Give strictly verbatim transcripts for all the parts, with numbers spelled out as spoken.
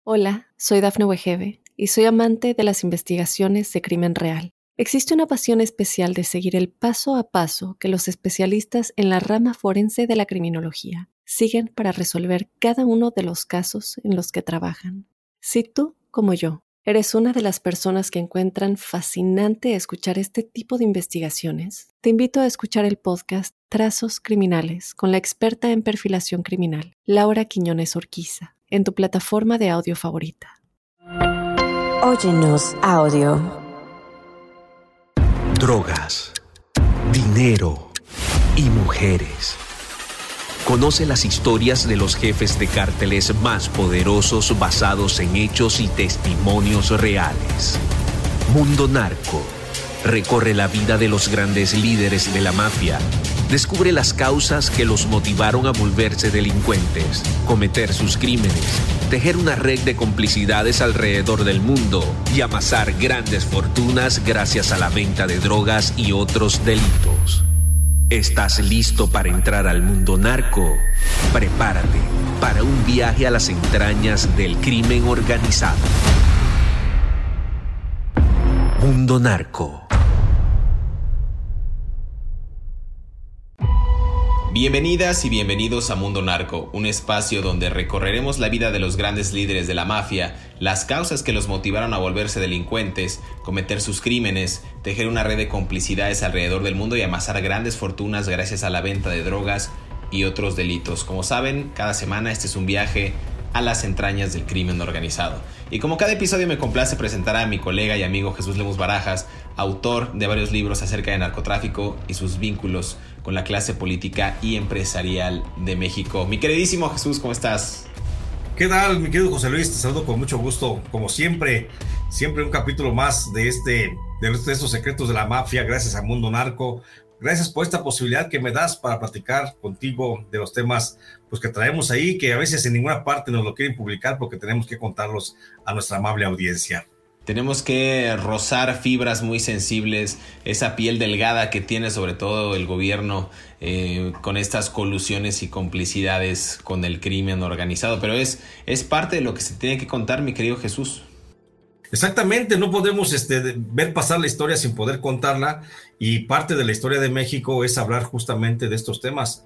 Hola, soy Dafne Wegebe y soy amante de las investigaciones de crimen real. Existe una pasión especial de seguir el paso a paso que los especialistas en la rama forense de la criminología siguen para resolver cada uno de los casos en los que trabajan. Si tú, como yo, eres una de las personas que encuentran fascinante escuchar este tipo de investigaciones, te invito a escuchar el podcast Trazos Criminales con la experta en perfilación criminal, Laura Quiñones Orquiza, en tu plataforma de audio favorita. Óyenos audio. Drogas, dinero y mujeres. Conoce las historias de los jefes de cárteles más poderosos basados en hechos y testimonios reales. Mundo Narco. Recorre la vida de los grandes líderes de la mafia. Descubre las causas que los motivaron a volverse delincuentes, cometer sus crímenes, tejer una red de complicidades alrededor del mundo y amasar grandes fortunas gracias a la venta de drogas y otros delitos. ¿Estás listo para entrar al mundo narco? Prepárate para un viaje a las entrañas del crimen organizado. Mundo Narco. Bienvenidas y bienvenidos a Mundo Narco, un espacio donde recorreremos la vida de los grandes líderes de la mafia, las causas que los motivaron a volverse delincuentes, cometer sus crímenes, tejer una red de complicidades alrededor del mundo y amasar grandes fortunas gracias a la venta de drogas y otros delitos. Como saben, cada semana este es un viaje a las entrañas del crimen organizado. Y como cada episodio me complace presentar a mi colega y amigo Jesús Lemus Barajas, autor de varios libros acerca de narcotráfico y sus vínculos con la clase política y empresarial de México. Mi queridísimo Jesús, ¿cómo estás? ¿Qué tal, mi querido José Luis? Te saludo con mucho gusto, como siempre, siempre un capítulo más de este, de estos secretos de la mafia, gracias a Mundo Narco. Gracias por esta posibilidad que me das para platicar contigo de los temas pues, que traemos ahí, que a veces en ninguna parte nos lo quieren publicar porque tenemos que contarlos a nuestra amable audiencia. Tenemos que rozar fibras muy sensibles, esa piel delgada que tiene sobre todo el gobierno eh, con estas colusiones y complicidades con el crimen organizado. Pero es, es parte de lo que se tiene que contar, mi querido Jesús. Exactamente, no podemos este, ver pasar la historia sin poder contarla, y parte de la historia de México es hablar justamente de estos temas,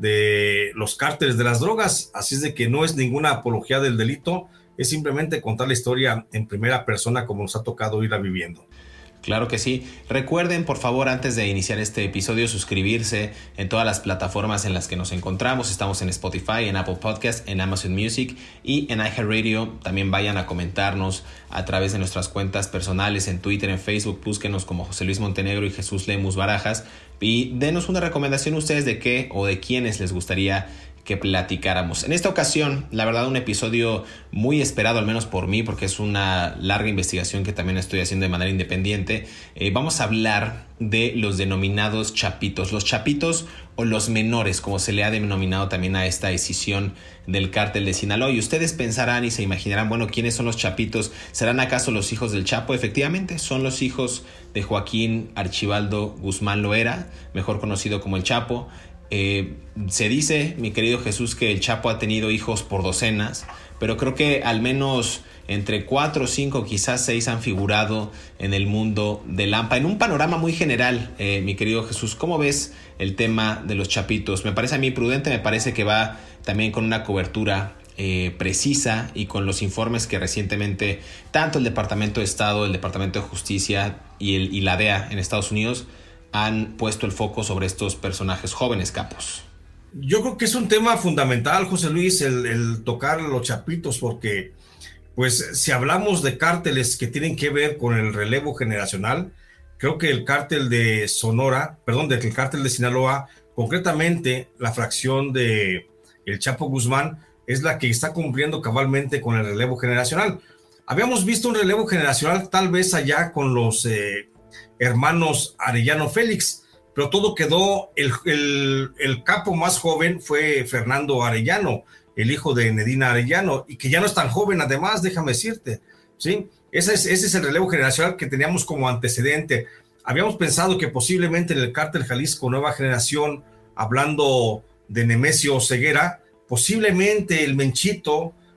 de los cárteles de las drogas. Así es de que no es ninguna apología del delito, es simplemente contar la historia en primera persona como nos ha tocado irla viviendo. Claro que sí. Recuerden, por favor, antes de iniciar este episodio, suscribirse en todas las plataformas en las que nos encontramos. Estamos en Spotify, en Apple Podcast, en Amazon Music y en iHeartRadio. También vayan a comentarnos a través de nuestras cuentas personales en Twitter, en Facebook. Búsquenos como José Luis Montenegro y Jesús Lemus Barajas. Y denos una recomendación ustedes de qué o de quiénes les gustaría que platicáramos. En esta ocasión, la verdad, un episodio muy esperado, al menos por mí, porque es una larga investigación que también estoy haciendo de manera independiente. Eh, vamos a hablar de los denominados chapitos. Los chapitos o los menores, como se le ha denominado también a esta escisión del cártel de Sinaloa. Y ustedes pensarán y se imaginarán, bueno, ¿quiénes son los chapitos? ¿Serán acaso los hijos del Chapo? Efectivamente, son los hijos de Joaquín Archibaldo Guzmán Loera, mejor conocido como el Chapo. Eh, se dice, mi querido Jesús, que el Chapo ha tenido hijos por docenas, pero creo que al menos entre cuatro, cinco, quizás seis han figurado en el mundo del AMPA. En un panorama muy general, eh, mi querido Jesús, ¿cómo ves el tema de los chapitos? Me parece a mí prudente, me parece que va también con una cobertura eh, precisa y con los informes que recientemente tanto el Departamento de Estado, el Departamento de Justicia y, el, y la D E A en Estados Unidos han puesto el foco sobre estos personajes jóvenes, capos. Yo creo que es un tema fundamental, José Luis, el, el tocar los chapitos, porque pues si hablamos de cárteles que tienen que ver con el relevo generacional, creo que el cártel de Sonora, perdón, del cártel de Sinaloa, concretamente la fracción de el Chapo Guzmán, es la que está cumpliendo cabalmente con el relevo generacional. Habíamos visto un relevo generacional tal vez allá con los eh, hermanos Arellano Félix, pero todo quedó, el, el, el capo más joven fue Fernando Arellano, el hijo de Nedina Arellano, y que ya no es tan joven además, déjame decirte, ¿sí? Ese es, ese es el relevo generacional que teníamos como antecedente. Habíamos pensado que posiblemente en el cártel Jalisco Nueva Generación, hablando de Nemesio Ceguera, posiblemente el Menchito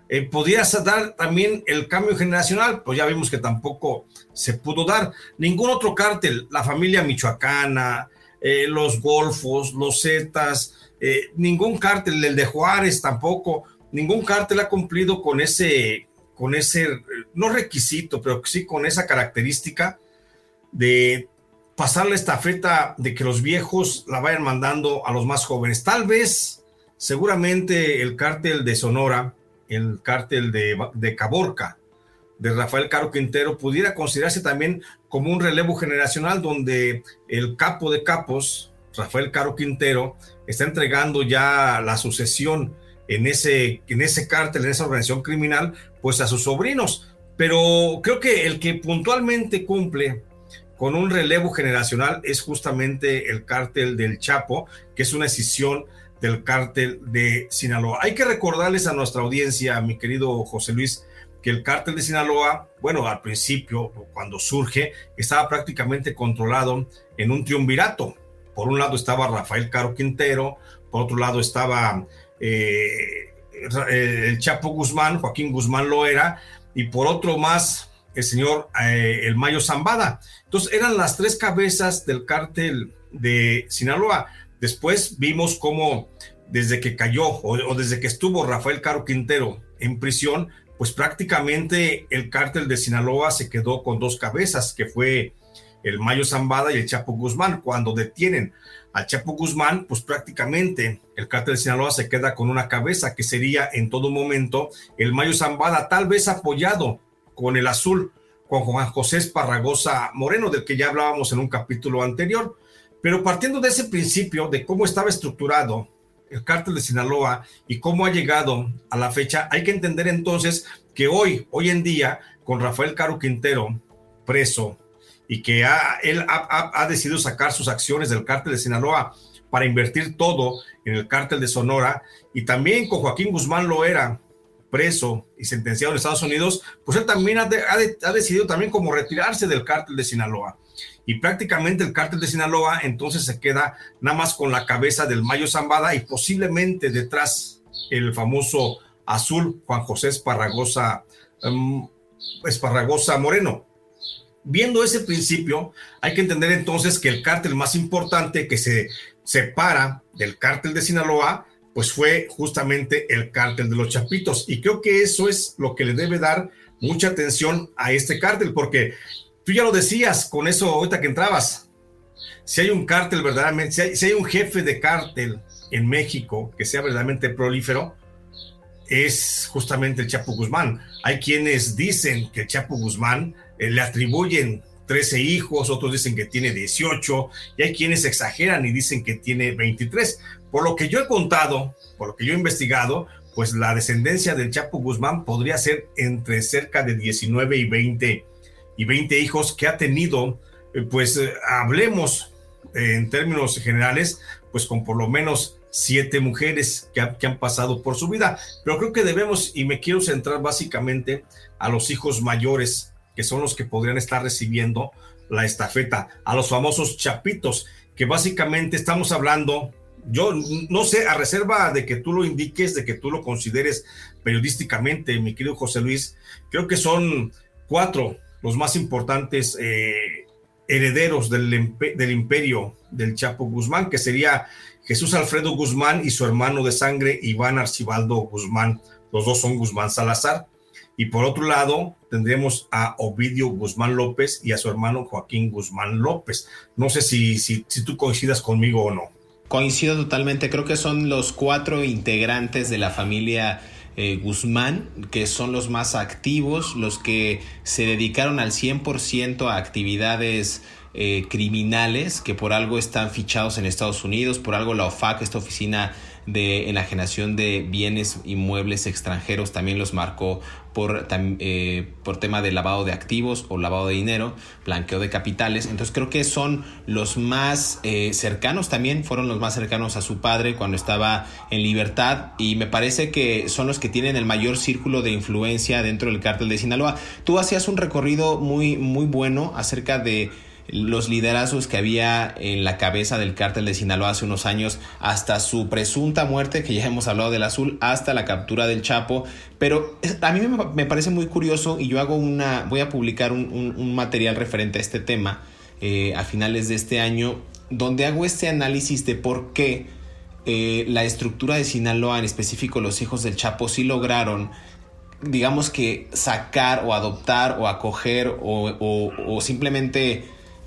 Eh, ¿Podrías dar también el cambio generacional? Pues ya vimos que tampoco se pudo dar. Ningún otro cártel, la familia michoacana, eh, los Golfos, los Zetas, eh, ningún cártel, el de Juárez tampoco, ningún cártel ha cumplido con ese, con ese, no requisito, pero sí con esa característica de pasar la estafeta, de que los viejos la vayan mandando a los más jóvenes. Tal vez, seguramente el cártel de Sonora, el cártel de, de Caborca, de Rafael Caro Quintero, pudiera considerarse también como un relevo generacional donde el capo de capos, Rafael Caro Quintero, está entregando ya la sucesión en ese, en ese cártel, en esa organización criminal, pues a sus sobrinos. Pero creo que el que puntualmente cumple con un relevo generacional es justamente el cártel del Chapo, que es una escisión del cártel de Sinaloa. Hay que recordarles a nuestra audiencia, mi querido José Luis, que el cártel de Sinaloa, bueno, al principio, cuando surge, estaba prácticamente controlado en un triunvirato. Por un lado estaba Rafael Caro Quintero, por otro lado estaba eh, el Chapo Guzmán, Joaquín Guzmán Loera, y por otro más, el señor eh, El Mayo Zambada. Entonces eran las tres cabezas del cártel de Sinaloa. Después vimos cómo desde que cayó o, o desde que estuvo Rafael Caro Quintero en prisión, pues prácticamente el cártel de Sinaloa se quedó con dos cabezas, que fue el Mayo Zambada y el Chapo Guzmán. Cuando detienen al Chapo Guzmán, pues prácticamente el cártel de Sinaloa se queda con una cabeza, que sería en todo momento el Mayo Zambada, tal vez apoyado con el azul, con Juan José Esparragosa Moreno, del que ya hablábamos en un capítulo anterior. Pero partiendo de ese principio, de cómo estaba estructurado el cártel de Sinaloa y cómo ha llegado a la fecha, hay que entender entonces que hoy, hoy en día, con Rafael Caro Quintero preso, y que ha, él ha, ha, ha decidido sacar sus acciones del cártel de Sinaloa para invertir todo en el cártel de Sonora, y también con Joaquín Guzmán Loera preso y sentenciado en Estados Unidos, pues él también ha, de, ha, de, ha decidido también como retirarse del cártel de Sinaloa. Y prácticamente el cártel de Sinaloa entonces se queda nada más con la cabeza del Mayo Zambada y posiblemente detrás el famoso azul Juan José Esparragosa, um, Esparragosa Moreno. Viendo ese principio, hay que entender entonces que el cártel más importante que se separa del cártel de Sinaloa, pues fue justamente el cártel de los Chapitos. Y creo que eso es lo que le debe dar mucha atención a este cártel, porque tú ya lo decías con eso ahorita que entrabas. Si hay un cártel verdaderamente, si hay, si hay un jefe de cártel en México que sea verdaderamente prolífero, es justamente el Chapo Guzmán. Hay quienes dicen que el Chapo Guzmán eh, le atribuyen trece hijos, otros dicen que tiene dieciocho, y hay quienes exageran y dicen que tiene veintitrés. Por lo que yo he contado, por lo que yo he investigado, pues la descendencia del Chapo Guzmán podría ser entre cerca de diecinueve y veinte, y veinte hijos que ha tenido, eh, pues eh, hablemos eh, en términos generales, pues con por lo menos siete mujeres que, ha, que han pasado por su vida. Pero creo que debemos, y me quiero centrar básicamente a los hijos mayores, que son los que podrían estar recibiendo la estafeta, a los famosos chapitos, que básicamente estamos hablando, yo no sé, a reserva de que tú lo indiques, de que tú lo consideres periodísticamente, mi querido José Luis, creo que son cuatro los más importantes eh, herederos del, del imperio del Chapo Guzmán, que sería Jesús Alfredo Guzmán y su hermano de sangre, Iván Archibaldo Guzmán. Los dos son Guzmán Salazar. Y por otro lado, tendremos a Ovidio Guzmán López y a su hermano Joaquín Guzmán López. No sé si, si, si tú coincidas conmigo o no. Coincido totalmente. Creo que son los cuatro integrantes de la familia eh, Guzmán, que son los más activos, los que se dedicaron al cien por ciento a actividades eh, criminales, que por algo están fichados en Estados Unidos, por algo la O F A C, esta oficina de enajenación de bienes inmuebles extranjeros, también los marcó por, eh, por tema de lavado de activos o lavado de dinero, blanqueo de capitales. Entonces creo que son los más eh, cercanos, también fueron los más cercanos a su padre cuando estaba en libertad, y me parece que son los que tienen el mayor círculo de influencia dentro del cártel de Sinaloa. Tú hacías un recorrido muy, muy bueno acerca de los liderazgos que había en la cabeza del cártel de Sinaloa hace unos años, hasta su presunta muerte, que ya hemos hablado del Azul, hasta la captura del Chapo. Pero a mí me, me parece muy curioso, y yo hago una, voy a publicar un, un, un material referente a este tema eh, a finales de este año, donde hago este análisis de por qué eh, la estructura de Sinaloa, en específico los hijos del Chapo, sí lograron, digamos que sacar o adoptar o acoger o, o, o simplemente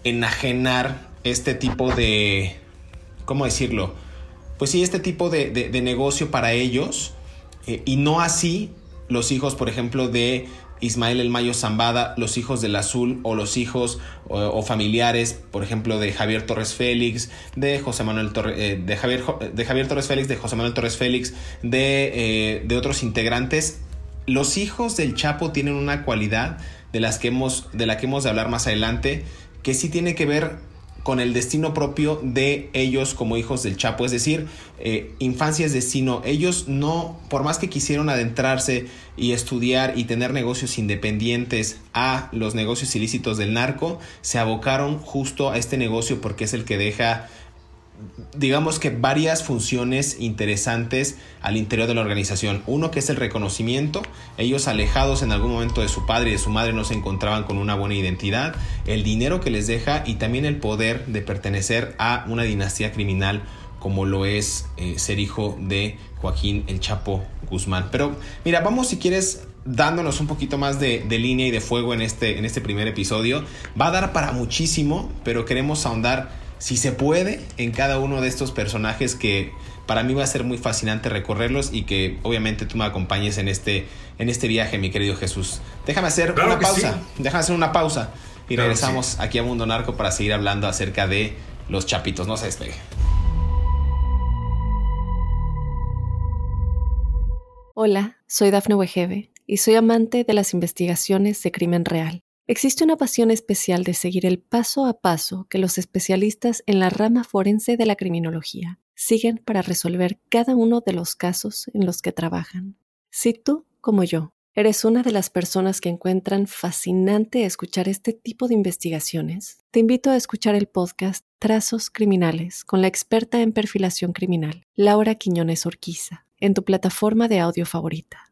enajenar este tipo de, ¿cómo decirlo? Pues sí, este tipo de, de, de negocio para ellos, eh, y no así los hijos, por ejemplo, de Ismael El Mayo Zambada, los hijos del Azul, o los hijos o, o familiares, por ejemplo, de Javier Torres Félix, de José Manuel Torres, eh, de Javier de Javier Torres Félix, de José Manuel Torres Félix, de, eh, de otros integrantes. Los hijos del Chapo tienen una cualidad de las que hemos, de la que hemos de hablar más adelante, que sí tiene que ver con el destino propio de ellos como hijos del Chapo. Es decir, eh, infancia es destino. Ellos no, por más que quisieron adentrarse y estudiar y tener negocios independientes a los negocios ilícitos del narco, se abocaron justo a este negocio porque es el que deja, digamos que varias funciones interesantes al interior de la organización. Uno, que es el reconocimiento. Ellos, alejados en algún momento de su padre y de su madre, no se encontraban con una buena identidad. El dinero que les deja, y también el poder de pertenecer a una dinastía criminal como lo es eh, ser hijo de Joaquín El Chapo Guzmán. Pero mira, vamos, si quieres, dándonos un poquito más de, de línea y de fuego en este, en este primer episodio. Va a dar para muchísimo, pero queremos ahondar, si se puede, en cada uno de estos personajes, que para mí va a ser muy fascinante recorrerlos, y que obviamente tú me acompañes en este, en este viaje, mi querido Jesús. Déjame hacer claro una pausa, sí. déjame hacer una pausa y claro, regresamos sí. aquí a Mundo Narco para seguir hablando acerca de los Chapitos. No se despegue. Hola, soy Dafne Wegebe y soy amante de las investigaciones de crimen real. Existe una pasión especial de seguir el paso a paso que los especialistas en la rama forense de la criminología siguen para resolver cada uno de los casos en los que trabajan. Si tú, como yo, eres una de las personas que encuentran fascinante escuchar este tipo de investigaciones, te invito a escuchar el podcast Trazos Criminales con la experta en perfilación criminal, Laura Quiñones Orquiza, en tu plataforma de audio favorita.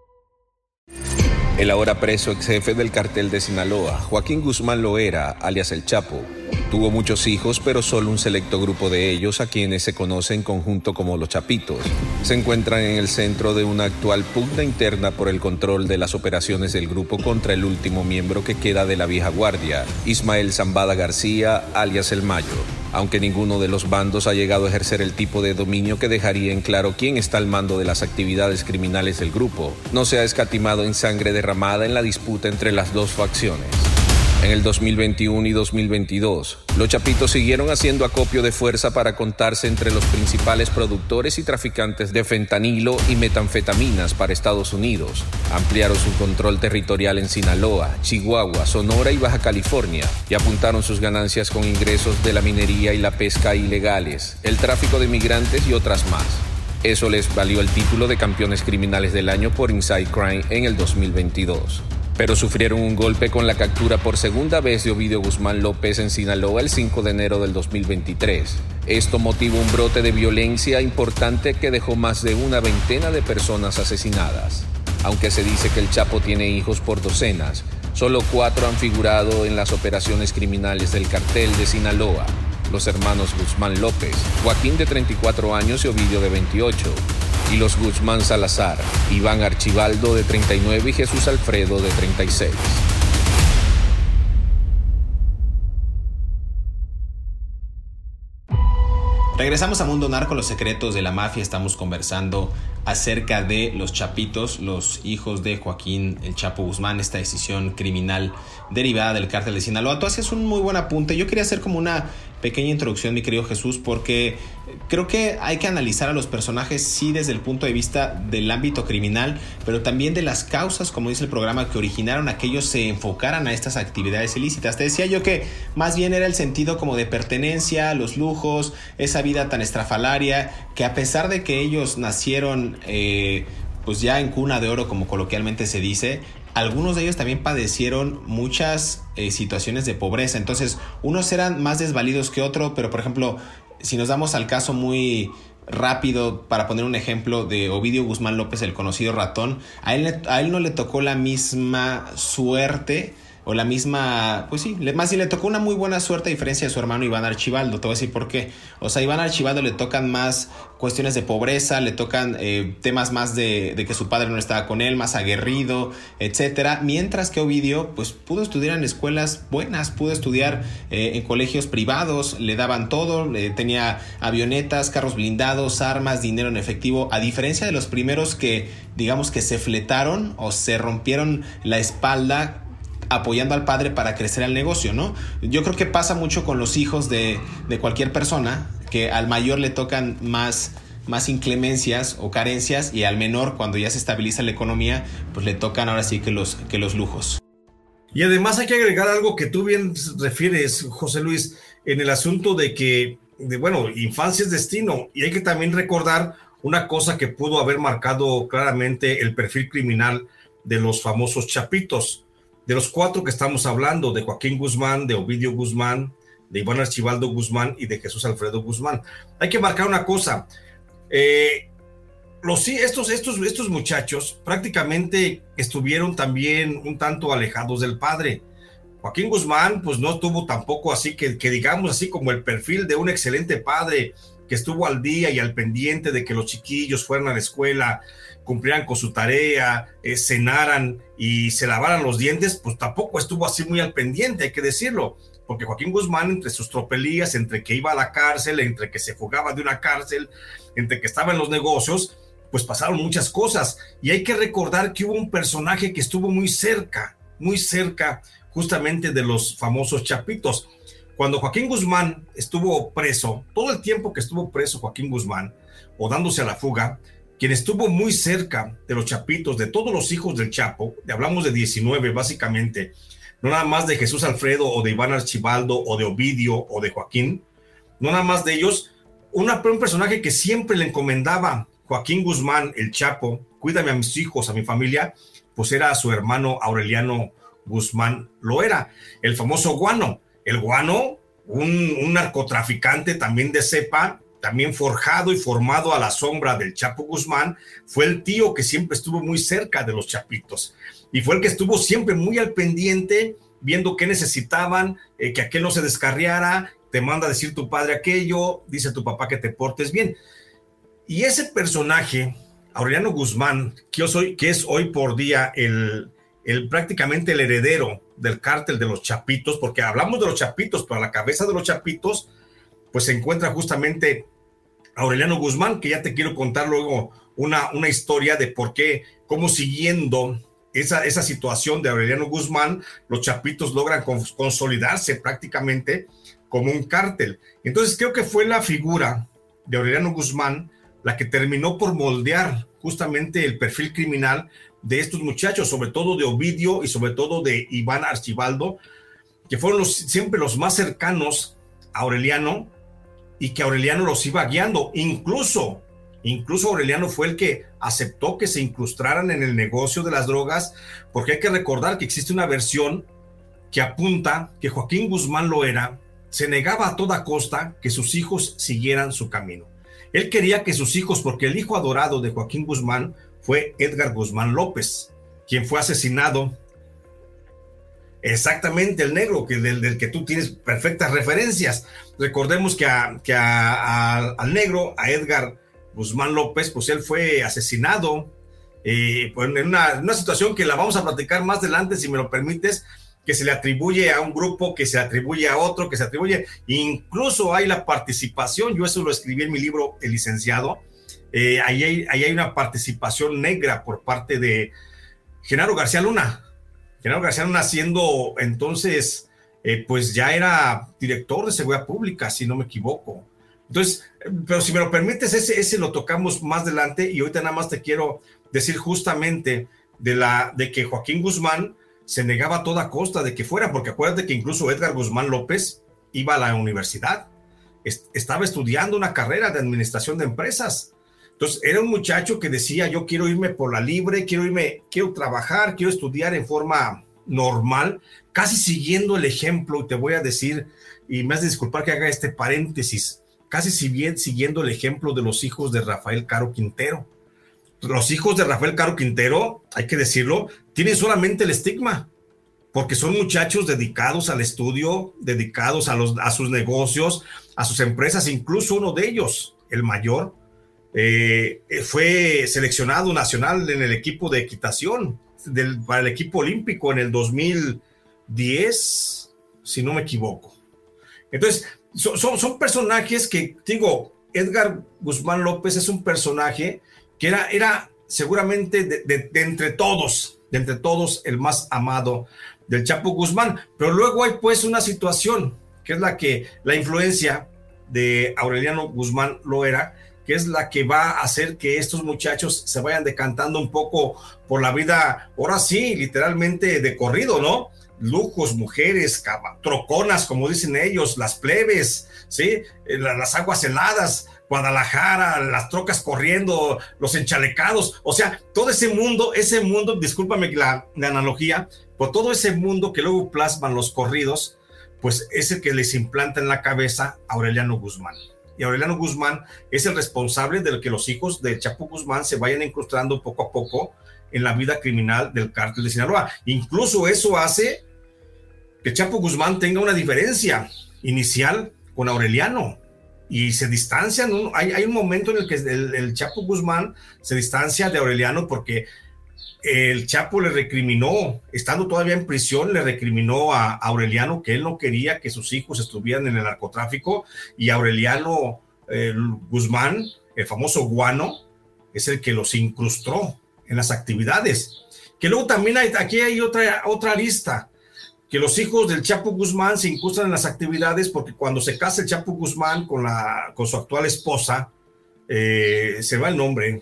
El ahora preso ex jefe del cartel de Sinaloa, Joaquín Guzmán Loera, alias El Chapo, tuvo muchos hijos, pero solo un selecto grupo de ellos, a quienes se conoce en conjunto como los Chapitos, se encuentran en el centro de una actual pugna interna por el control de las operaciones del grupo contra el último miembro que queda de la vieja guardia, Ismael Zambada García, alias El Mayo. Aunque ninguno de los bandos ha llegado a ejercer el tipo de dominio que dejaría en claro quién está al mando de las actividades criminales del grupo, no se ha escatimado en sangre derramada en la disputa entre las dos facciones. En el dos mil veintiuno y dos mil veintidós, los Chapitos siguieron haciendo acopio de fuerza para contarse entre los principales productores y traficantes de fentanilo y metanfetaminas para Estados Unidos. Ampliaron su control territorial en Sinaloa, Chihuahua, Sonora y Baja California, y apuntaron sus ganancias con ingresos de la minería y la pesca ilegales, el tráfico de migrantes y otras más. Eso les valió el título de campeones criminales del año por Inside Crime en el dos mil veintidós. Pero sufrieron un golpe con la captura por segunda vez de Ovidio Guzmán López en Sinaloa el cinco de enero del dos mil veintitrés. Esto motivó un brote de violencia importante que dejó más de una veintena de personas asesinadas. Aunque se dice que el Chapo tiene hijos por docenas, solo cuatro han figurado en las operaciones criminales del cartel de Sinaloa: los hermanos Guzmán López, Joaquín de treinta y cuatro años y Ovidio de veintiocho, y los Guzmán Salazar, Iván Archibaldo de treinta y nueve y Jesús Alfredo de treinta y seis. Regresamos a Mundo Narco, los secretos de la mafia. Estamos conversando acerca de los Chapitos, los hijos de Joaquín El Chapo Guzmán, esta decisión criminal derivada del cártel de Sinaloa. Tú hacías un muy buen apunte. Yo quería hacer como una pequeña introducción, mi querido Jesús, porque creo que hay que analizar a los personajes, sí, desde el punto de vista del ámbito criminal, pero también de las causas, como dice el programa, que originaron a que ellos se enfocaran a estas actividades ilícitas. Te decía yo que más bien era el sentido como de pertenencia, los lujos, esa vida tan estrafalaria, que a pesar de que ellos nacieron eh, pues ya en cuna de oro, como coloquialmente se dice, algunos de ellos también padecieron muchas eh, situaciones de pobreza. Entonces, unos eran más desvalidos que otros, pero por ejemplo, si nos damos al caso muy rápido, para poner un ejemplo de Ovidio Guzmán López, el conocido ratón, a él, a él no le tocó la misma suerte o la misma, pues sí, más bien le tocó una muy buena suerte a diferencia de su hermano Iván Archibaldo. Te voy a decir por qué. O sea, a Iván Archibaldo le tocan más cuestiones de pobreza, le tocan eh, temas más de, de que su padre no estaba con él, más aguerrido, etcétera. Mientras que Ovidio, pues pudo estudiar en escuelas buenas, pudo estudiar eh, en colegios privados, le daban todo, eh, tenía avionetas, carros blindados, armas, dinero en efectivo, a diferencia de los primeros que, digamos que se fletaron o se rompieron la espalda apoyando al padre para crecer el negocio, ¿no? Yo creo que pasa mucho con los hijos de, de cualquier persona, que al mayor le tocan más, más inclemencias o carencias, y al menor, cuando ya se estabiliza la economía, pues le tocan ahora sí que los, que los lujos. Y además hay que agregar algo que tú bien refieres, José Luis, en el asunto de que, de, bueno, infancia es destino, y hay que también recordar una cosa que pudo haber marcado claramente el perfil criminal de los famosos chapitos. De los cuatro que estamos hablando, de Joaquín Guzmán, de Ovidio Guzmán, de Iván Archibaldo Guzmán y de Jesús Alfredo Guzmán. Hay que marcar una cosa, eh, los, estos, estos, estos muchachos prácticamente estuvieron también un tanto alejados del padre. Joaquín Guzmán pues no tuvo tampoco así que, que digamos así como el perfil de un excelente padre que estuvo al día y al pendiente de que los chiquillos fueran a la escuela, cumplieran con su tarea, eh, cenaran y se lavaran los dientes, pues tampoco estuvo así muy al pendiente, hay que decirlo, porque Joaquín Guzmán, entre sus tropelías, entre que iba a la cárcel, entre que se fugaba de una cárcel, entre que estaba en los negocios, pues pasaron muchas cosas, y hay que recordar que hubo un personaje que estuvo muy cerca, muy cerca justamente de los famosos chapitos. Cuando Joaquín Guzmán estuvo preso, todo el tiempo que estuvo preso Joaquín Guzmán, o dándose a la fuga, quien estuvo muy cerca de los chapitos, de todos los hijos del Chapo, hablamos de diecinueve básicamente, no nada más de Jesús Alfredo o de Iván Archibaldo o de Ovidio o de Joaquín, no nada más de ellos, una, un personaje que siempre le encomendaba Joaquín Guzmán, el Chapo, cuídame a mis hijos, a mi familia, pues era su hermano Aureliano Guzmán Loera, el famoso Guano. El Guano, un, un narcotraficante también de cepa, también forjado y formado a la sombra del Chapo Guzmán, fue el tío que siempre estuvo muy cerca de los chapitos y fue el que estuvo siempre muy al pendiente, viendo qué necesitaban, eh, que aquel no se descarriara, te manda a decir tu padre aquello, dice tu papá que te portes bien. Y ese personaje, Aureliano Guzmán, que, yo soy, que es hoy por día el, el prácticamente el heredero del cártel de los chapitos, porque hablamos de los chapitos, pero a la cabeza de los chapitos pues se encuentra justamente Aureliano Guzmán, que ya te quiero contar luego una, una historia de por qué, cómo siguiendo esa, esa situación de Aureliano Guzmán, los chapitos logran cons- consolidarse prácticamente como un cártel. Entonces creo que fue la figura de Aureliano Guzmán la que terminó por moldear justamente el perfil criminal de estos muchachos, sobre todo de Ovidio y sobre todo de Iván Archibaldo, que fueron los, siempre los más cercanos a Aureliano, y que Aureliano los iba guiando. Incluso, incluso Aureliano fue el que aceptó que se incrustaran en el negocio de las drogas, porque hay que recordar que existe una versión que apunta que Joaquín Guzmán Loera se negaba a toda costa que sus hijos siguieran su camino. Él quería que sus hijos, porque el hijo adorado de Joaquín Guzmán fue Edgar Guzmán López, quien fue asesinado. Exactamente, el negro, que del, del que tú tienes perfectas referencias. Recordemos que, a, que a, a, al negro, a Edgar Guzmán López, pues él fue asesinado eh, pues en una, una situación que la vamos a platicar más adelante, si me lo permites, que se le atribuye a un grupo, que se atribuye a otro, que se atribuye, incluso hay la participación, yo eso lo escribí en mi libro El Licenciado, eh, ahí, hay, ahí hay una participación negra por parte de Genaro García Luna. Genaro García Luna siendo entonces, eh, pues ya era director de Seguridad Pública, si no me equivoco. Entonces, pero si me lo permites, ese, ese lo tocamos más adelante, y ahorita nada más te quiero decir justamente de, la, de que Joaquín Guzmán se negaba a toda costa de que fuera, porque acuérdate que incluso Edgar Guzmán López iba a la universidad, est- estaba estudiando una carrera de administración de empresas, Entonces, era un muchacho que decía, yo quiero irme por la libre, quiero irme, quiero trabajar, quiero estudiar en forma normal, casi siguiendo el ejemplo, y te voy a decir, y me has de disculpar que haga este paréntesis, casi si bien siguiendo el ejemplo de los hijos de Rafael Caro Quintero. Los hijos de Rafael Caro Quintero, hay que decirlo, tienen solamente el estigma, porque son muchachos dedicados al estudio, dedicados a, los, a sus negocios, a sus empresas. Incluso uno de ellos, el mayor, eh, fue seleccionado nacional en el equipo de equitación del, para el equipo olímpico en el dos mil diez, si no me equivoco. Entonces, son, son, son personajes que, digo, Edgar Guzmán López es un personaje que era, era seguramente de, de, de entre todos, de entre todos el más amado del Chapo Guzmán, pero luego hay pues una situación que es la que, la influencia de Aureliano Guzmán Loera, que es la que va a hacer que estos muchachos se vayan decantando un poco por la vida, ahora sí, literalmente de corrido, ¿no? Lujos, mujeres, troconas, como dicen ellos, las plebes, ¿sí? Las aguas heladas, Guadalajara, las trocas corriendo, los enchalecados, o sea, todo ese mundo, ese mundo, discúlpame la, la analogía, por todo ese mundo que luego plasman los corridos, pues es el que les implanta en la cabeza a Aureliano Guzmán. Y Aureliano Guzmán es el responsable de que los hijos del Chapo Guzmán se vayan incrustando poco a poco en la vida criminal del cártel de Sinaloa. Incluso eso hace que Chapo Guzmán tenga una diferencia inicial con Aureliano y se distancian, ¿no? Hay, hay un momento en el que el, el Chapo Guzmán se distancia de Aureliano porque el Chapo le recriminó, estando todavía en prisión, le recriminó a Aureliano que él no quería que sus hijos estuvieran en el narcotráfico, y Aureliano eh, Guzmán, el famoso guano, es el que los incrustó en las actividades. Que luego también hay, aquí hay otra, otra lista, que los hijos del Chapo Guzmán se incrustan en las actividades porque cuando se casa el Chapo Guzmán con, la, con su actual esposa, eh, se va el nombre,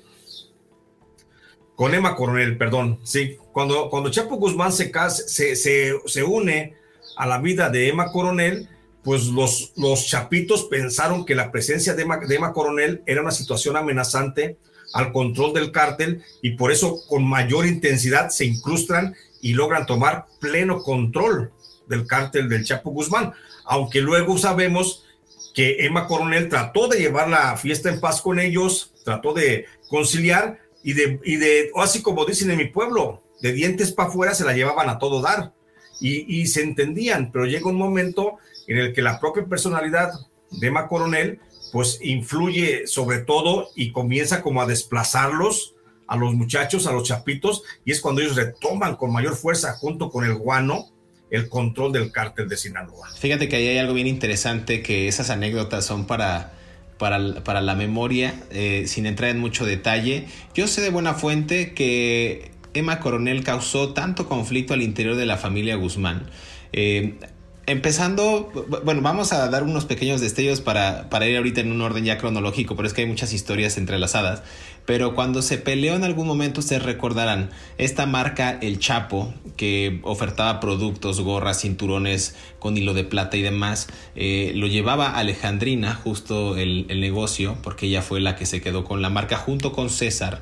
con Emma Coronel, perdón, sí, cuando, cuando Chapo Guzmán se, casa, se, se, se une a la vida de Emma Coronel, pues los, los chapitos pensaron que la presencia de Emma, de Emma Coronel era una situación amenazante al control del cártel, y por eso con mayor intensidad se incrustan y logran tomar pleno control del cártel del Chapo Guzmán, aunque luego sabemos que Emma Coronel trató de llevar la fiesta en paz con ellos, trató de conciliar, y de, y de así como dicen en mi pueblo, de dientes para afuera se la llevaban a todo dar, y, y se entendían, pero llega un momento en el que la propia personalidad de Emma Coronel pues influye sobre todo y comienza como a desplazarlos a los muchachos, a los chapitos, y es cuando ellos retoman con mayor fuerza junto con el guano el control del cártel de Sinaloa. Fíjate que ahí hay algo bien interesante, que esas anécdotas son para, para, para la memoria, eh, sin entrar en mucho detalle. Yo sé de buena fuente que Emma Coronel causó tanto conflicto al interior de la familia Guzmán. Eh, Empezando, bueno, vamos a dar unos pequeños destellos para, para ir ahorita en un orden ya cronológico, pero es que hay muchas historias entrelazadas. Pero cuando se peleó en algún momento, ustedes recordarán, esta marca El Chapo, que ofertaba productos, gorras, cinturones con hilo de plata y demás, eh, lo llevaba Alejandrina, justo el, el negocio, porque ella fue la que se quedó con la marca junto con César,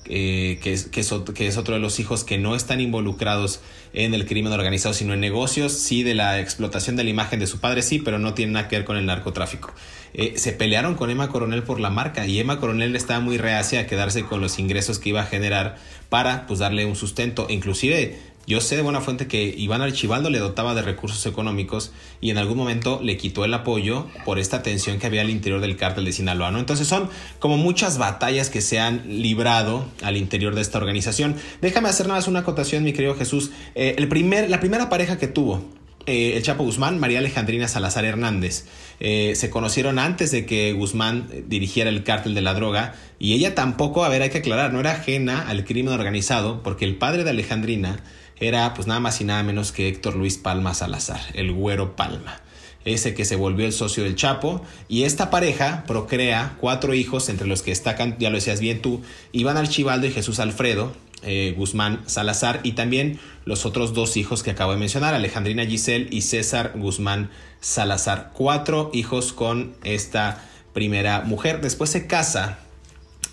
Eh, que, es, que, es otro, que es otro de los hijos que no están involucrados en el crimen organizado, sino en negocios, sí, de la explotación de la imagen de su padre, sí, pero no tiene nada que ver con el narcotráfico. Eh, se pelearon con Emma Coronel por la marca, y Emma Coronel estaba muy reacia a quedarse con los ingresos que iba a generar para pues darle un sustento. Inclusive yo sé de buena fuente que Iván Archibaldo le dotaba de recursos económicos, y en algún momento le quitó el apoyo por esta tensión que había al interior del cártel de Sinaloa, ¿no? Entonces son como muchas batallas que se han librado al interior de esta organización. Déjame hacer nada más una acotación, mi querido Jesús. Eh, el primer, la primera pareja que tuvo eh, el Chapo Guzmán, María Alejandrina Salazar Hernández, eh, se conocieron antes de que Guzmán dirigiera el cártel de la droga, y ella tampoco, a ver, hay que aclarar, no era ajena al crimen organizado, porque el padre de Alejandrina era pues nada más y nada menos que Héctor Luis Palma Salazar, el Güero Palma, ese que se volvió el socio del Chapo. Y esta pareja procrea cuatro hijos, entre los que destacan, ya lo decías bien tú, Iván Archibaldo y Jesús Alfredo eh, Guzmán Salazar, y también los otros dos hijos que acabo de mencionar, Alejandrina Giselle y César Guzmán Salazar. Cuatro hijos con esta primera mujer. Después se casa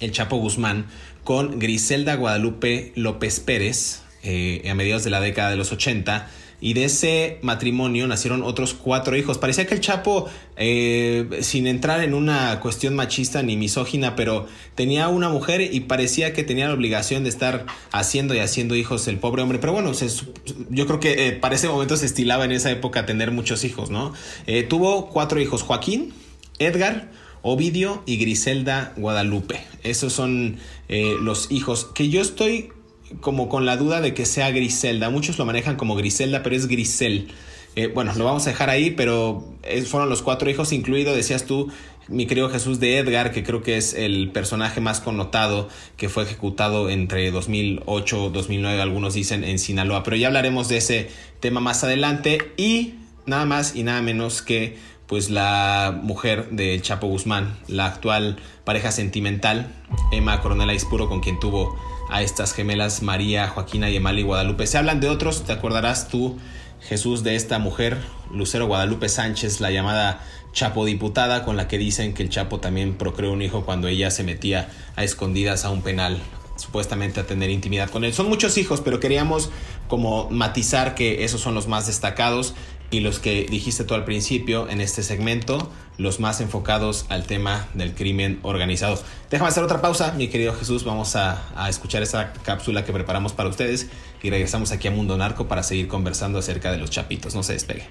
el Chapo Guzmán, con Griselda Guadalupe López Pérez eh, a mediados de la década de los ochenta. Y de ese matrimonio nacieron otros cuatro hijos. Parecía que el Chapo, eh, sin entrar en una cuestión machista ni misógina, pero tenía una mujer y parecía que tenía la obligación de estar haciendo y haciendo hijos el pobre hombre. Pero bueno, se, yo creo que eh, para ese momento se estilaba en esa época tener muchos hijos, ¿no? Eh, tuvo cuatro hijos: Joaquín, Edgar, Ovidio y Griselda Guadalupe. Esos son eh, los hijos que yo estoy como con la duda de que sea Griselda. Muchos lo manejan como Griselda, pero es Grisel. Eh, bueno, lo vamos a dejar ahí, pero es, fueron los cuatro hijos, incluido, decías tú, mi querido Jesús, de Edgar, que creo que es el personaje más connotado, que fue ejecutado entre dos mil ocho y dos mil nueve, algunos dicen, en Sinaloa. Pero ya hablaremos de ese tema más adelante. Y nada más y nada menos que pues la mujer del Chapo Guzmán, la actual pareja sentimental, Emma Coronel Aispuro, con quien tuvo a estas gemelas María, Joaquina y Emali Guadalupe. Se hablan de otros, te acordarás tú, Jesús, de esta mujer, Lucero Guadalupe Sánchez, la llamada Chapo diputada, con la que dicen que el Chapo también procreó un hijo cuando ella se metía a escondidas a un penal, supuestamente a tener intimidad con él. Son muchos hijos, pero queríamos como matizar que esos son los más destacados y los que dijiste tú al principio en este segmento, los más enfocados al tema del crimen organizado. Déjame hacer otra pausa, mi querido Jesús. Vamos a, a escuchar esa cápsula que preparamos para ustedes y regresamos aquí a Mundo Narco para seguir conversando acerca de los chapitos. No se despegue.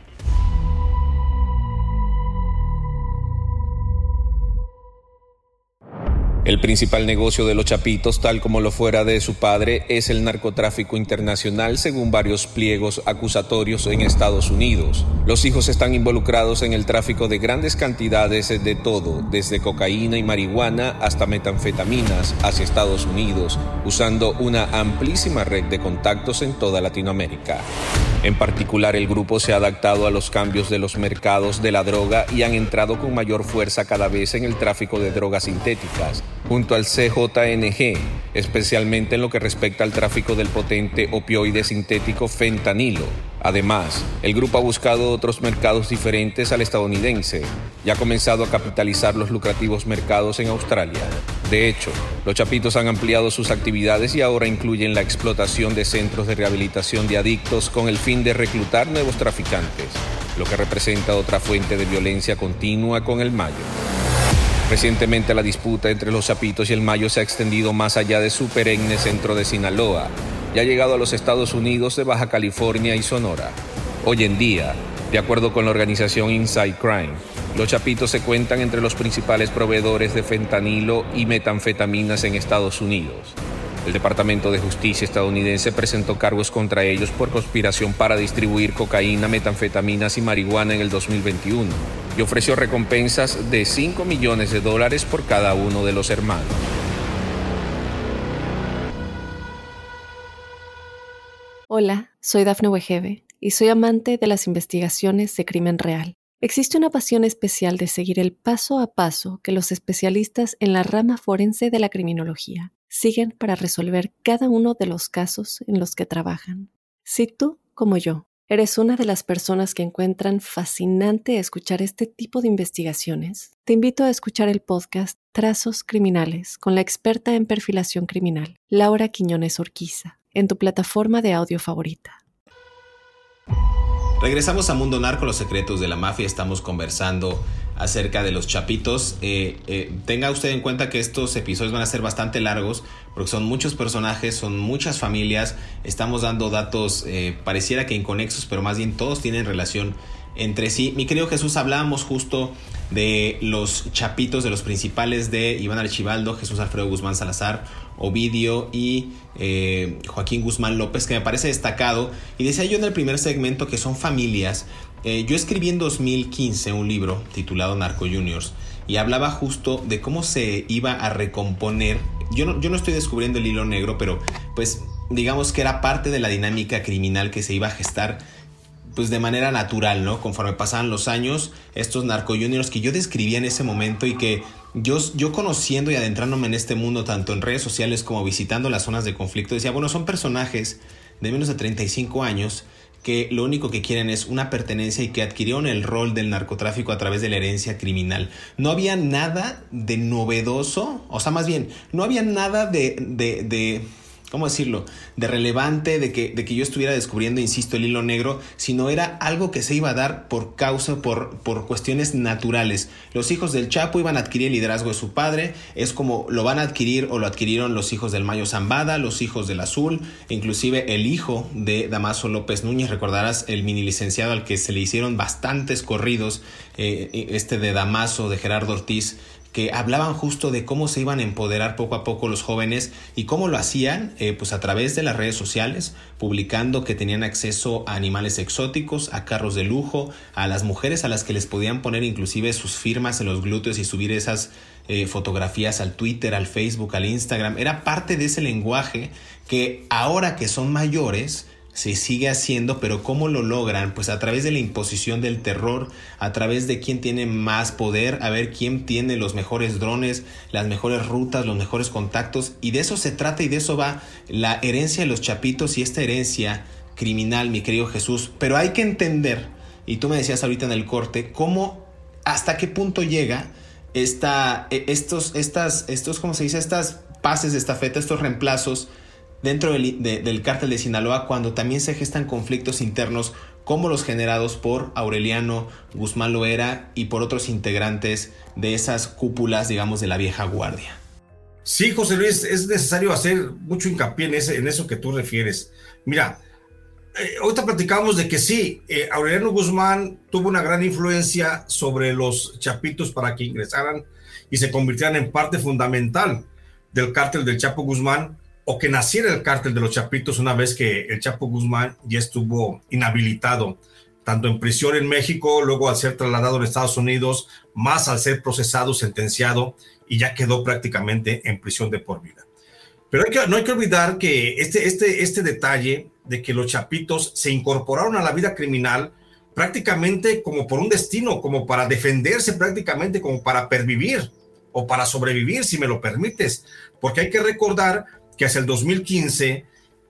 El principal negocio de los Chapitos, tal como lo fuera de su padre, es el narcotráfico internacional, según varios pliegos acusatorios en Estados Unidos. Los hijos están involucrados en el tráfico de grandes cantidades de todo, desde cocaína y marihuana hasta metanfetaminas hacia Estados Unidos, usando una amplísima red de contactos en toda Latinoamérica. En particular, el grupo se ha adaptado a los cambios de los mercados de la droga y han entrado con mayor fuerza cada vez en el tráfico de drogas sintéticas, junto al C J N G, especialmente en lo que respecta al tráfico del potente opioide sintético fentanilo. Además, el grupo ha buscado otros mercados diferentes al estadounidense y ha comenzado a capitalizar los lucrativos mercados en Australia. De hecho, los Chapitos han ampliado sus actividades y ahora incluyen la explotación de centros de rehabilitación de adictos con el fin de reclutar nuevos traficantes, lo que representa otra fuente de violencia continua con el Mayo. Recientemente la disputa entre los Chapitos y el Mayo se ha extendido más allá de su perenne centro de Sinaloa y ha llegado a los Estados Unidos de Baja California y Sonora. Hoy en día, de acuerdo con la organización Inside Crime, los Chapitos se cuentan entre los principales proveedores de fentanilo y metanfetaminas en Estados Unidos. El Departamento de Justicia estadounidense presentó cargos contra ellos por conspiración para distribuir cocaína, metanfetaminas y marihuana en el dos mil veintiuno y ofreció recompensas de cinco millones de dólares por cada uno de los hermanos. Hola, soy Dafne Wegebe y soy amante de las investigaciones de crimen real. Existe una pasión especial de seguir el paso a paso que los especialistas en la rama forense de la criminología siguen para resolver cada uno de los casos en los que trabajan. Si tú, como yo, eres una de las personas que encuentran fascinante escuchar este tipo de investigaciones, te invito a escuchar el podcast Trazos Criminales con la experta en perfilación criminal, Laura Quiñones Orquiza, en tu plataforma de audio favorita. Regresamos a Mundo Narco, los secretos de la mafia. Estamos conversando acerca de los Chapitos. Eh, eh, tenga usted en cuenta que estos episodios van a ser bastante largos porque son muchos personajes, son muchas familias. Estamos dando datos eh, pareciera que inconexos, pero más bien todos tienen relación entre sí. Mi querido Jesús, hablábamos justo de los Chapitos, de los principales, de Iván Archibaldo, Jesús Alfredo Guzmán Salazar, Ovidio y eh, Joaquín Guzmán López, que me parece destacado. Y decía yo en el primer segmento que son familias. Eh, yo escribí en dos mil quince un libro titulado Narco Juniors y hablaba justo de cómo se iba a recomponer. Yo no, yo no estoy descubriendo el hilo negro, pero pues digamos que era parte de la dinámica criminal que se iba a gestar pues de manera natural, ¿no? Conforme pasaban los años, estos Narco Juniors que yo describía en ese momento y que yo, yo conociendo y adentrándome en este mundo, tanto en redes sociales como visitando las zonas de conflicto, decía, bueno, son personajes de menos de treinta y cinco años que lo único que quieren es una pertenencia y que adquirieron el rol del narcotráfico a través de la herencia criminal. No había nada de novedoso, o sea, más bien, no había nada de... de, de ¿cómo decirlo?, de relevante, de que, de que yo estuviera descubriendo, insisto, el hilo negro, sino era algo que se iba a dar por causa, por, por cuestiones naturales. Los hijos del Chapo iban a adquirir el liderazgo de su padre, es como lo van a adquirir o lo adquirieron los hijos del Mayo Zambada, los hijos del Azul, inclusive el hijo de Damaso López Núñez, recordarás el mini licenciado al que se le hicieron bastantes corridos, eh, este de Damaso, de Gerardo Ortiz, que hablaban justo de cómo se iban a empoderar poco a poco los jóvenes y cómo lo hacían, eh, pues a través de las redes sociales, publicando que tenían acceso a animales exóticos, a carros de lujo, a las mujeres a las que les podían poner inclusive sus firmas en los glúteos y subir esas eh, fotografías al Twitter, al Facebook, al Instagram. Era parte de ese lenguaje que ahora que son mayores se sigue haciendo, pero ¿cómo lo logran? Pues a través de la imposición del terror, a través de quién tiene más poder, a ver quién tiene los mejores drones, las mejores rutas, los mejores contactos, y de eso se trata y de eso va la herencia de los Chapitos y esta herencia criminal, mi querido Jesús. Pero hay que entender, y tú me decías ahorita en el corte, cómo, hasta qué punto llega esta, estos, estas, estos, ¿cómo se dice? Estas pases de estafeta, estos reemplazos dentro del, de, del cártel de Sinaloa, cuando también se gestan conflictos internos como los generados por Aureliano Guzmán Loera y por otros integrantes de esas cúpulas, digamos, de la vieja guardia. Sí, José Luis, es necesario hacer mucho hincapié en, ese, en eso que tú refieres. Mira, eh, ahorita platicamos de que sí, eh, Aureliano Guzmán tuvo una gran influencia sobre los Chapitos para que ingresaran y se convirtieran en parte fundamental del cártel del Chapo Guzmán, o que naciera el cártel de los Chapitos una vez que el Chapo Guzmán ya estuvo inhabilitado, tanto en prisión en México, luego al ser trasladado a Estados Unidos, más al ser procesado, sentenciado, y ya quedó prácticamente en prisión de por vida. Pero hay que, no hay que olvidar que este, este, este detalle de que los Chapitos se incorporaron a la vida criminal prácticamente como por un destino, como para defenderse prácticamente, como para pervivir o para sobrevivir, si me lo permites, porque hay que recordar que hacia el dos mil quince,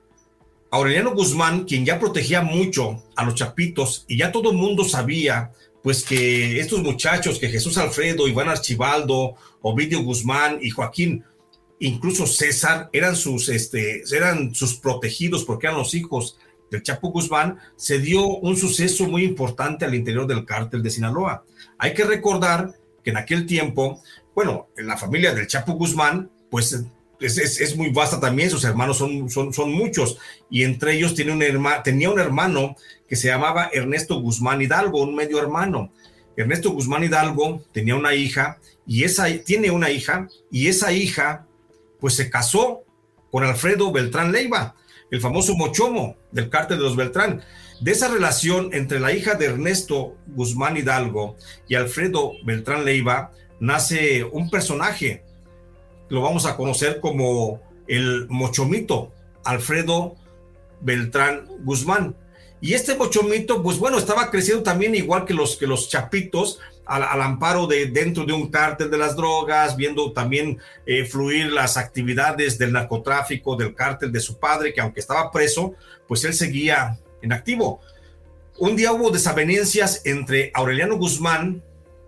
Aureliano Guzmán, quien ya protegía mucho a los Chapitos, y ya todo el mundo sabía, pues que estos muchachos, que Jesús Alfredo, Iván Archibaldo, Ovidio Guzmán y Joaquín, incluso César, eran sus, este, eran sus protegidos porque eran los hijos del Chapo Guzmán, se dio un suceso muy importante al interior del cártel de Sinaloa. Hay que recordar que en aquel tiempo, bueno, en la familia del Chapo Guzmán, pues Es, es, es muy vasta también, sus hermanos son, son, son muchos, y entre ellos tiene un herma, tenía un hermano que se llamaba Ernesto Guzmán Hidalgo, un medio hermano. Ernesto Guzmán Hidalgo tenía una hija, y esa, tiene una hija, y esa hija pues se casó con Alfredo Beltrán Leiva, el famoso mochomo del cártel de los Beltrán. De esa relación entre la hija de Ernesto Guzmán Hidalgo y Alfredo Beltrán Leiva nace un personaje, lo vamos a conocer como el Mochomito, Alfredo Beltrán Guzmán. Y este Mochomito, pues bueno, estaba creciendo también igual que los, que los Chapitos, al, al amparo de dentro de un cártel de las drogas, viendo también eh, fluir las actividades del narcotráfico, del cártel de su padre, que aunque estaba preso, pues él seguía en activo. Un día hubo desavenencias entre Aureliano Guzmán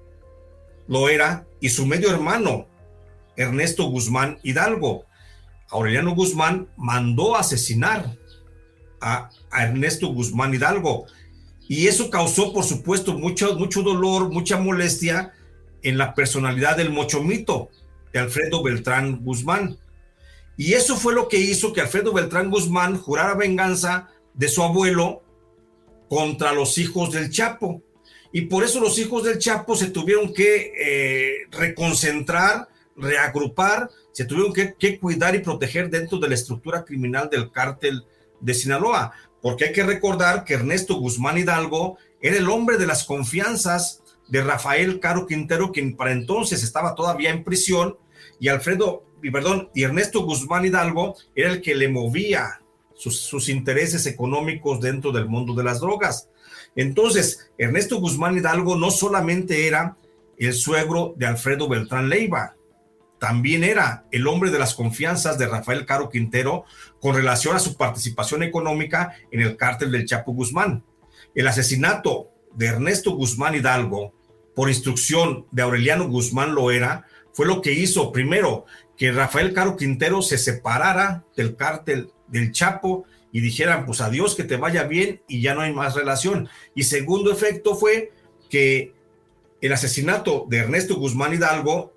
Loera y su medio hermano, Ernesto Guzmán Hidalgo. Aureliano Guzmán mandó asesinar a, a Ernesto Guzmán Hidalgo, y eso causó, por supuesto, mucho, mucho dolor, mucha molestia en la personalidad del Mochomito, de Alfredo Beltrán Guzmán. Y eso fue lo que hizo que Alfredo Beltrán Guzmán jurara venganza de su abuelo contra los hijos del Chapo. Y por eso los hijos del Chapo se tuvieron que eh, reconcentrar, reagrupar, se tuvieron que, que cuidar y proteger dentro de la estructura criminal del cártel de Sinaloa, porque hay que recordar que Ernesto Guzmán Hidalgo era el hombre de las confianzas de Rafael Caro Quintero, quien para entonces estaba todavía en prisión, y Alfredo, y perdón, y Ernesto Guzmán Hidalgo era el que le movía sus, sus intereses económicos dentro del mundo de las drogas. Entonces, Ernesto Guzmán Hidalgo no solamente era el suegro de Alfredo Beltrán Leiva, también era el hombre de las confianzas de Rafael Caro Quintero con relación a su participación económica en el cártel del Chapo Guzmán. El asesinato de Ernesto Guzmán Hidalgo por instrucción de Aureliano Guzmán Loera fue lo que hizo, primero, que Rafael Caro Quintero se separara del cártel del Chapo y dijeran, pues adiós, que te vaya bien y ya no hay más relación. Y segundo efecto fue que el asesinato de Ernesto Guzmán Hidalgo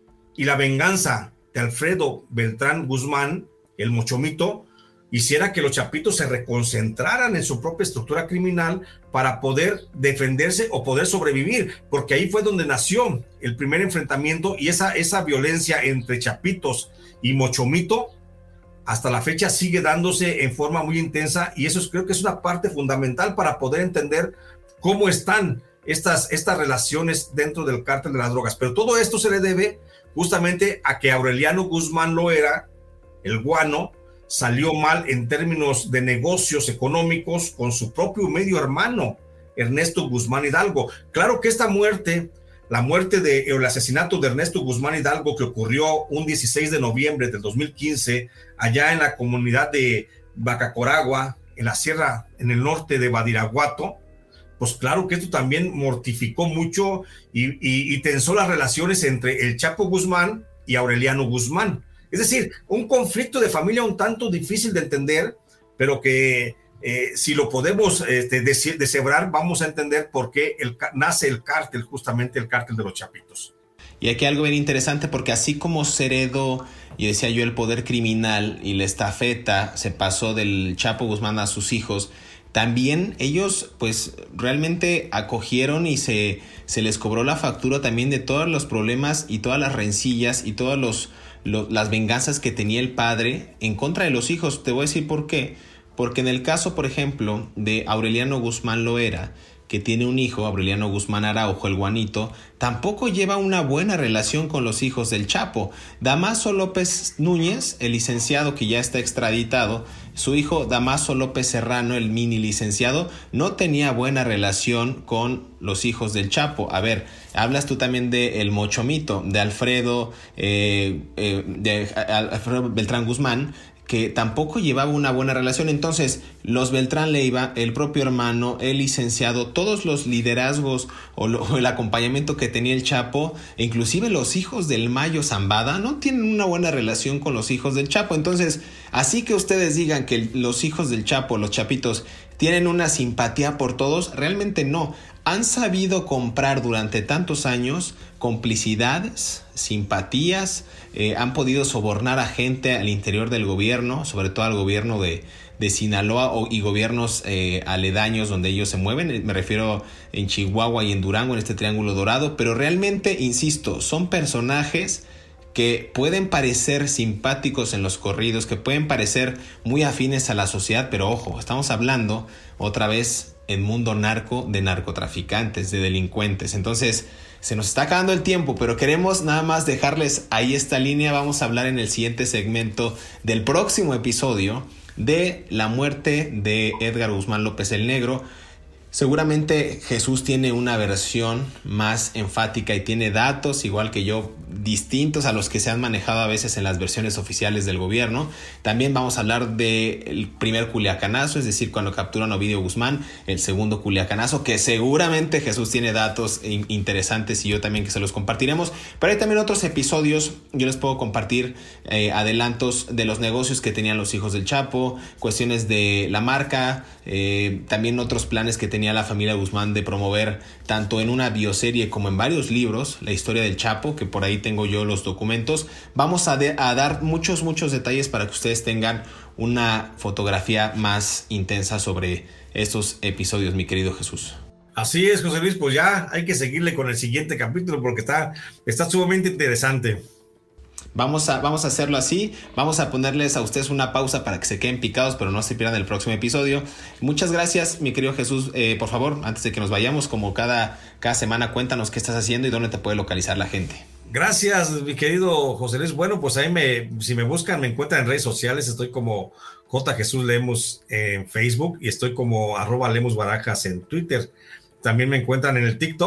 y la venganza de Alfredo Beltrán Guzmán, el Mochomito, hiciera que los chapitos se reconcentraran en su propia estructura criminal para poder defenderse o poder sobrevivir, porque ahí fue donde nació el primer enfrentamiento y esa, esa violencia entre chapitos y Mochomito hasta la fecha sigue dándose en forma muy intensa, y eso es, creo que es una parte fundamental para poder entender cómo están estas, estas relaciones dentro del cártel de las drogas. Pero todo esto se le debe justamente a que Aureliano Guzmán Loera, el guano, salió mal en términos de negocios económicos con su propio medio hermano, Ernesto Guzmán Hidalgo. Claro que esta muerte, la muerte de, el asesinato de Ernesto Guzmán Hidalgo, que ocurrió un dieciséis de noviembre del dos mil quince, allá en la comunidad de Bacacoragua, en la sierra, en el norte de Badiraguato, pues claro que esto también mortificó mucho y, y, y tensó las relaciones entre el Chapo Guzmán y Aureliano Guzmán. Es decir, un conflicto de familia un tanto difícil de entender, pero que eh, si lo podemos este, deshebrar, vamos a entender por qué el, nace el cártel, justamente el cártel de los Chapitos. Y aquí algo bien interesante, porque así como se heredó, y decía yo, el poder criminal y la estafeta se pasó del Chapo Guzmán a sus hijos, también ellos pues realmente acogieron y se, se les cobró la factura también de todos los problemas y todas las rencillas y todos los Lo, las venganzas que tenía el padre en contra de los hijos. Te voy a decir por qué. Porque en el caso, por ejemplo, de Aureliano Guzmán Loera, que tiene un hijo, Aureliano Guzmán Araujo, el Guanito, tampoco lleva una buena relación con los hijos del Chapo. Damaso López Núñez, el licenciado que ya está extraditado, su hijo Damaso López Serrano, el mini licenciado, no tenía buena relación con los hijos del Chapo. A ver, hablas tú también de el Mochomito, de Alfredo, eh, eh, de Alfredo Beltrán Guzmán, que tampoco llevaba una buena relación. Entonces, los Beltrán Leiva, el propio hermano, el licenciado, todos los liderazgos o, lo, o el acompañamiento que tenía el Chapo, e inclusive los hijos del Mayo Zambada, no tienen una buena relación con los hijos del Chapo. Entonces, así que ustedes digan que los hijos del Chapo, los chapitos, tienen una simpatía por todos, realmente no. Han sabido comprar durante tantos años complicidades, simpatías, eh, han podido sobornar a gente al interior del gobierno, sobre todo al gobierno de, de Sinaloa o, y gobiernos eh, aledaños donde ellos se mueven. Me refiero en Chihuahua y en Durango, en este Triángulo Dorado, pero realmente, insisto, son personajes que pueden parecer simpáticos en los corridos, que pueden parecer muy afines a la sociedad, pero ojo, estamos hablando otra vez en mundo narco de narcotraficantes, de delincuentes. Entonces, se nos está acabando el tiempo, pero queremos nada más dejarles ahí esta línea. Vamos a hablar en el siguiente segmento del próximo episodio de la muerte de Edgar Guzmán López el Negro. Seguramente Jesús tiene una versión más enfática y tiene datos, igual que yo, distintos a los que se han manejado a veces en las versiones oficiales del gobierno. También vamos a hablar del primer culiacanazo, es decir, cuando capturan a Ovidio Guzmán, el segundo culiacanazo, que seguramente Jesús tiene datos interesantes y yo también, que se los compartiremos. Pero hay también otros episodios, yo les puedo compartir eh, adelantos de los negocios que tenían los hijos del Chapo, cuestiones de la marca, eh, también otros planes que tenían la familia Guzmán de promover tanto en una bioserie como en varios libros la historia del Chapo, que por ahí tengo yo los documentos. Vamos a, de, a dar muchos muchos detalles para que ustedes tengan una fotografía más intensa sobre estos episodios, mi querido Jesús. Así es, José Luis, pues ya hay que seguirle con el siguiente capítulo porque está, está sumamente interesante. Vamos a, vamos a hacerlo así, vamos a ponerles a ustedes una pausa para que se queden picados, pero no se pierdan el próximo episodio. Muchas gracias, mi querido Jesús. Eh, por favor, antes de que nos vayamos, como cada, cada semana, cuéntanos qué estás haciendo y dónde te puede localizar la gente. Gracias, mi querido José Luis. Bueno, pues ahí me, si me buscan, me encuentran en redes sociales. Estoy como J. Jesús Lemus en Facebook y estoy como arroba Lemus Barajas en Twitter. También me encuentran en el TikTok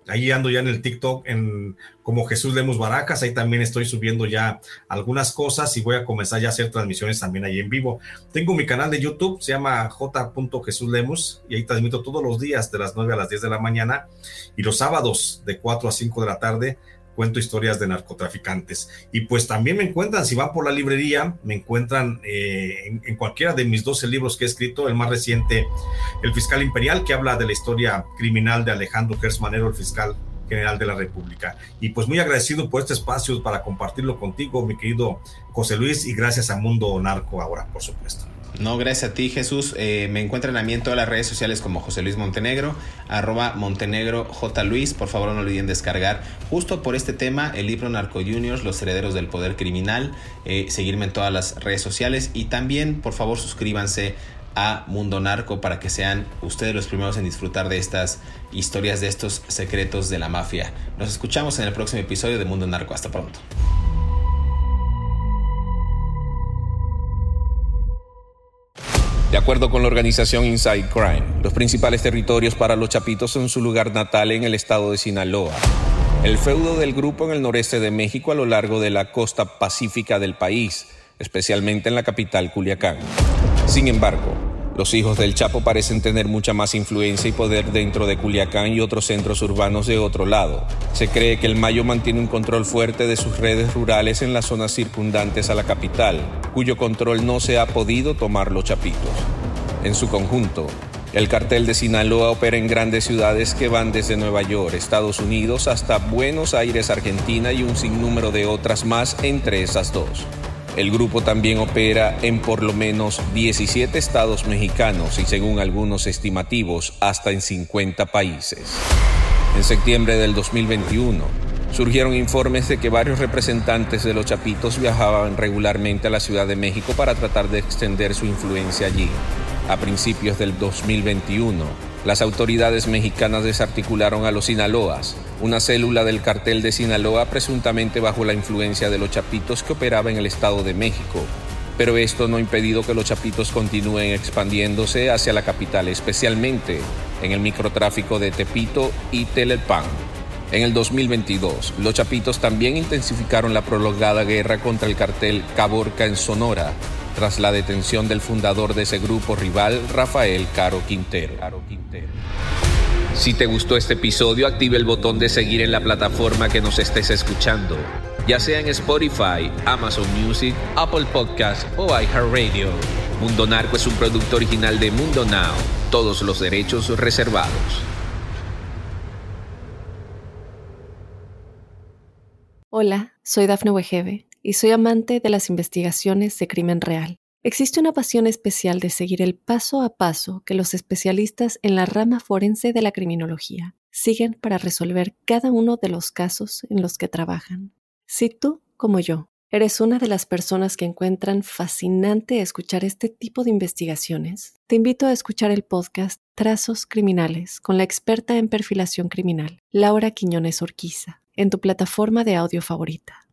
Ahí ando ya en el TikTok en, como Jesús Lemus Barajas. Ahí también estoy subiendo ya algunas cosas y voy a comenzar ya a hacer transmisiones también ahí en vivo. Tengo mi canal de YouTube, se llama J. Jesús Lemus, y ahí transmito todos los días de las nueve a las diez de la mañana y los sábados de cuatro a cinco de la tarde cuento historias de narcotraficantes. Y pues también me encuentran, si van por la librería, me encuentran eh, en, en cualquiera de mis doce libros que he escrito, el más reciente, El Fiscal Imperial, que habla de la historia criminal de Alejandro Gertz Manero, el fiscal general de la República. Y pues muy agradecido por este espacio para compartirlo contigo, mi querido José Luis, y gracias a Mundo Narco ahora, por supuesto. No, gracias a ti, Jesús. Eh, me encuentran a mí en todas las redes sociales como José Luis Montenegro, arroba Montenegro J. Luis. Por favor, no olviden descargar justo por este tema el libro Narco Juniors, Los Herederos del Poder Criminal. Eh, seguirme en todas las redes sociales y también, por favor, suscríbanse a Mundo Narco para que sean ustedes los primeros en disfrutar de estas historias, de estos secretos de la mafia. Nos escuchamos en el próximo episodio de Mundo Narco. Hasta pronto. De acuerdo con la organización Inside Crime, los principales territorios para los Chapitos son su lugar natal en el estado de Sinaloa, el feudo del grupo en el noreste de México a lo largo de la costa pacífica del país, especialmente en la capital Culiacán. Sin embargo, los hijos del Chapo parecen tener mucha más influencia y poder dentro de Culiacán y otros centros urbanos de otro lado. Se cree que el Mayo mantiene un control fuerte de sus redes rurales en las zonas circundantes a la capital, cuyo control no se ha podido tomar los Chapitos. En su conjunto, el cartel de Sinaloa opera en grandes ciudades que van desde Nueva York, Estados Unidos, hasta Buenos Aires, Argentina, y un sinnúmero de otras más entre esas dos. El grupo también opera en por lo menos diecisiete estados mexicanos y, según algunos estimativos, hasta en cincuenta países. En septiembre del dos mil veintiuno, surgieron informes de que varios representantes de los Chapitos viajaban regularmente a la Ciudad de México para tratar de extender su influencia allí. A principios del dos mil veintiuno, las autoridades mexicanas desarticularon a los Sinaloas, una célula del cartel de Sinaloa presuntamente bajo la influencia de los Chapitos que operaba en el Estado de México. Pero esto no ha impedido que los Chapitos continúen expandiéndose hacia la capital, especialmente en el microtráfico de Tepito y Tlalpan. En el dos mil veintidós, los Chapitos también intensificaron la prolongada guerra contra el cartel Caborca en Sonora, tras la detención del fundador de ese grupo rival, Rafael Caro Quintero. Si te gustó este episodio, active el botón de seguir en la plataforma que nos estés escuchando, ya sea en Spotify, Amazon Music, Apple Podcasts o iHeartRadio. Mundo Narco es un producto original de Mundo Now, todos los derechos reservados. Hola, soy Dafne Wegebe y soy amante de las investigaciones de crimen real. Existe una pasión especial de seguir el paso a paso que los especialistas en la rama forense de la criminología siguen para resolver cada uno de los casos en los que trabajan. Si tú, como yo, eres una de las personas que encuentran fascinante escuchar este tipo de investigaciones, te invito a escuchar el podcast Trazos Criminales con la experta en perfilación criminal, Laura Quiñones Orquiza, en tu plataforma de audio favorita.